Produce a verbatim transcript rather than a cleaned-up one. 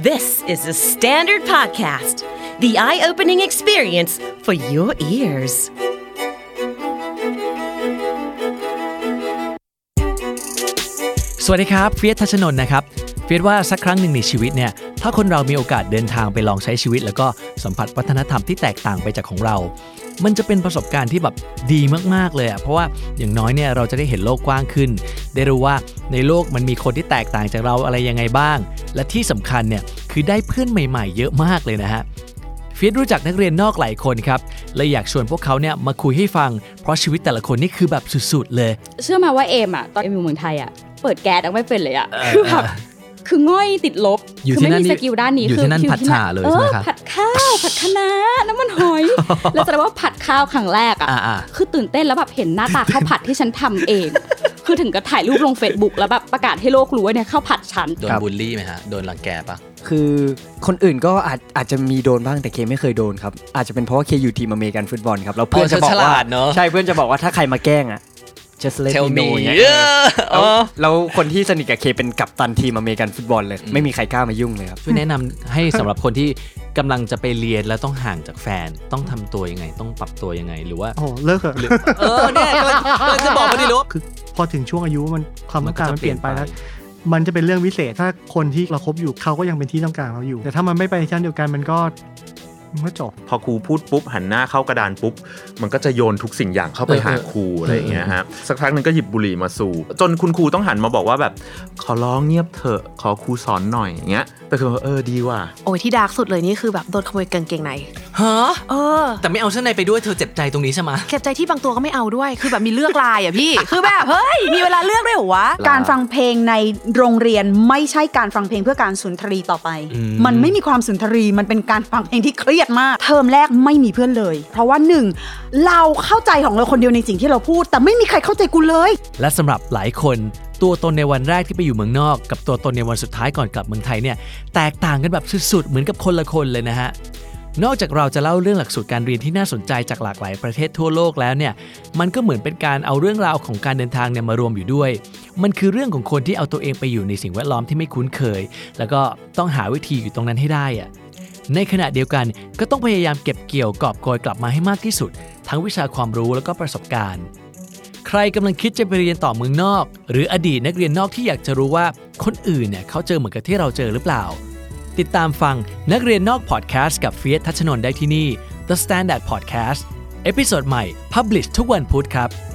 This is the Standard Podcast, the eye-opening experience for your ears. สวัสดีครับเฟียส ทัชนนท์นะครับเฟียสว่าสักครั้งหนึ่งในชีวิตเนี่ยถ้าคนเรามีโอกาสเดินทางไปลองใช้ชีวิตแล้วก็สัมผัสวัฒนธรรมที่แตกต่างไปจากของเรามันจะเป็นประสบการณ์ที่แบบดีมากๆเลยอ่ะเพราะว่าอย่างน้อยเนี่ยเราจะได้เห็นโลกกว้างขึ้นได้รู้ว่าในโลกมันมีคนที่แตกต่างจากเราอะไรยังไงบ้างและที่สำคัญเนี่ยคือได้เพื่อนใหม่ๆเยอะมากเลยนะฮะเฟียสรู้จักนักเรียนนอกหลายคนครับเลยอยากชวนพวกเขาเนี่ยมาคุยให้ฟังเพราะชีวิตแต่ละคนนี่คือแบบสุดๆเลยเชื่อมาว่าเอมอ่ะตอนเอมอยู่เมืองไทยอ่ะเปิดแก๊สไม่เป็นเลยอ่ะคือแบบคือง่อยติดลบคือไม่มีสกิลด้านนี้อยู่ที่นั่นผัดฉ่าเลยใช่ไหมครับผัดข้าวผัดคะน้าน้ำมันหอยแล้วแสดงว่าผัดข้าวครั้งแรกอ่ะคือตื่นเต้นแล้วแบบเห็นหน้าตาข้าวผัดที่ฉันทำเองคือถึงกับถ่ายรูปลง Facebook แล้วแบบประกาศให้โลกรู้ว่าเนี่ยข้าวผัดฉันโดนบูลลี่ไหมฮะโดนรังแกปะคือคนอื่นก็อาจอาจจะมีโดนบ้างแต่เคไม่เคยโดนครับอาจจะเป็นเพราะว่าเคอยู่ทีมอเมริกันฟุตบอลครับแล้วเพื่อนจะบอกว่าใช่เพื่อนจะบอกว่าถ้าใครมาแกล้งอ่ะjust let me know อย่างเงี้ยแล้วคนที่สนิทกับเคเป็นกัปตันทีมอเมริกันฟุตบอลเลยไม่มีใครกล้ามายุ่งเลยครับช่วยแนะนำให้สำหรับคนที่กำลังจะไปเรียนแล้วต้องห่างจากแฟนต้องทำตัวยังไงต้องปรับตัวยังไงหรือว่าโอ้เลิกเถอะเออเนี่ยก็จะบอกมาดิลูกคือพอถึงช่วงอายุมันความต้องการมันเปลี่ยนไปแล้วมันจะเป็นเรื่องวิเศษถ้าคนที่เราคบอยู่เขาก็ยังเป็นที่ต้องการเราอยู่แต่ถ้ามันไม่ไปในชั้นเดียวกันมันก็มันก็จบพอครูพูดปุ๊บหันหน้าเข้ากระดานปุ๊บมันก็จะโยนทุกสิ่งอย่างเข้าไปหาครูอะไรอย่างเงี้ยฮะสักพักนึงก็หยิบบุหรี่มาสูบจนคุณครูต้องหันมาบอกว่าแบบขอร้องเงียบเถอะขอครูสอนหน่อยอย่างเงี้ยแต่คือเออดีว่ะโอ้ยที่ดาร์กสุดเลยนี่คือแบบโดนขโมยกางเกงในฮะเออแต่ไม่เอาเสื้อในไปด้วยเธอเจ็บใจตรงนี้ใช่ไหมเจ็บใจที่บางตัวก็ไม่เอาด้วยคือแบบมีเลือกลายอ่ะพี่คือแบบเฮ้ยมีเวลาเลือกด้วยเหรอวะการฟังเพลงในโรงเรียนไม่ใช่การฟังเพลงเพื่อการสุนทรีต่อไปมันไม่มีความสุนทรีมันเป็นการฟังเพลงที่เครียดมากเทอมแรกไม่มีเพื่อนเลยเพราะว่าหนึ่งเราเข้าใจของเราคนเดียวในสิ่งที่เราพูดแต่ไม่มีใครเข้าใจกูเลยและสำหรับหลายคนตัวตนในวันแรกที่ไปอยู่เมืองนอกกับตัวตนในวันสุดท้ายก่อนกลับเมืองไทยเนี่ยแตกต่างกันแบบสุดๆเหมือนกับคนละคนเลยนะฮะนอกจากเราจะเล่าเรื่องหลักสูตรการเรียนที่น่าสนใจจากหลากหลายประเทศทั่วโลกแล้วเนี่ยมันก็เหมือนเป็นการเอาเรื่องราวของการเดินทางเนี่ยมารวมอยู่ด้วยมันคือเรื่องของคนที่เอาตัวเองไปอยู่ในสิ่งแวดล้อมที่ไม่คุ้นเคยแล้วก็ต้องหาวิธีอยู่ตรงนั้นให้ได้อะในขณะเดียวกันก็ต้องพยายามเก็บเกี่ยวกอบโกยกลับมาให้มากที่สุดทั้งวิชาความรู้แล้วก็ประสบการณ์ใครกำลังคิดจะไปเรียนต่อเมืองนอกหรืออดีตนักเรียนนอกที่อยากจะรู้ว่าคนอื่นเนี่ยเขาเจอเหมือนกับที่เราเจอหรือเปล่าติดตามฟังนักเรียนนอกพอดแคสต์กับเฟียส ทัชนนท์ได้ที่นี่ The Standard Podcast เอพิโซดใหม่ Publish ทุกวันพุธครับ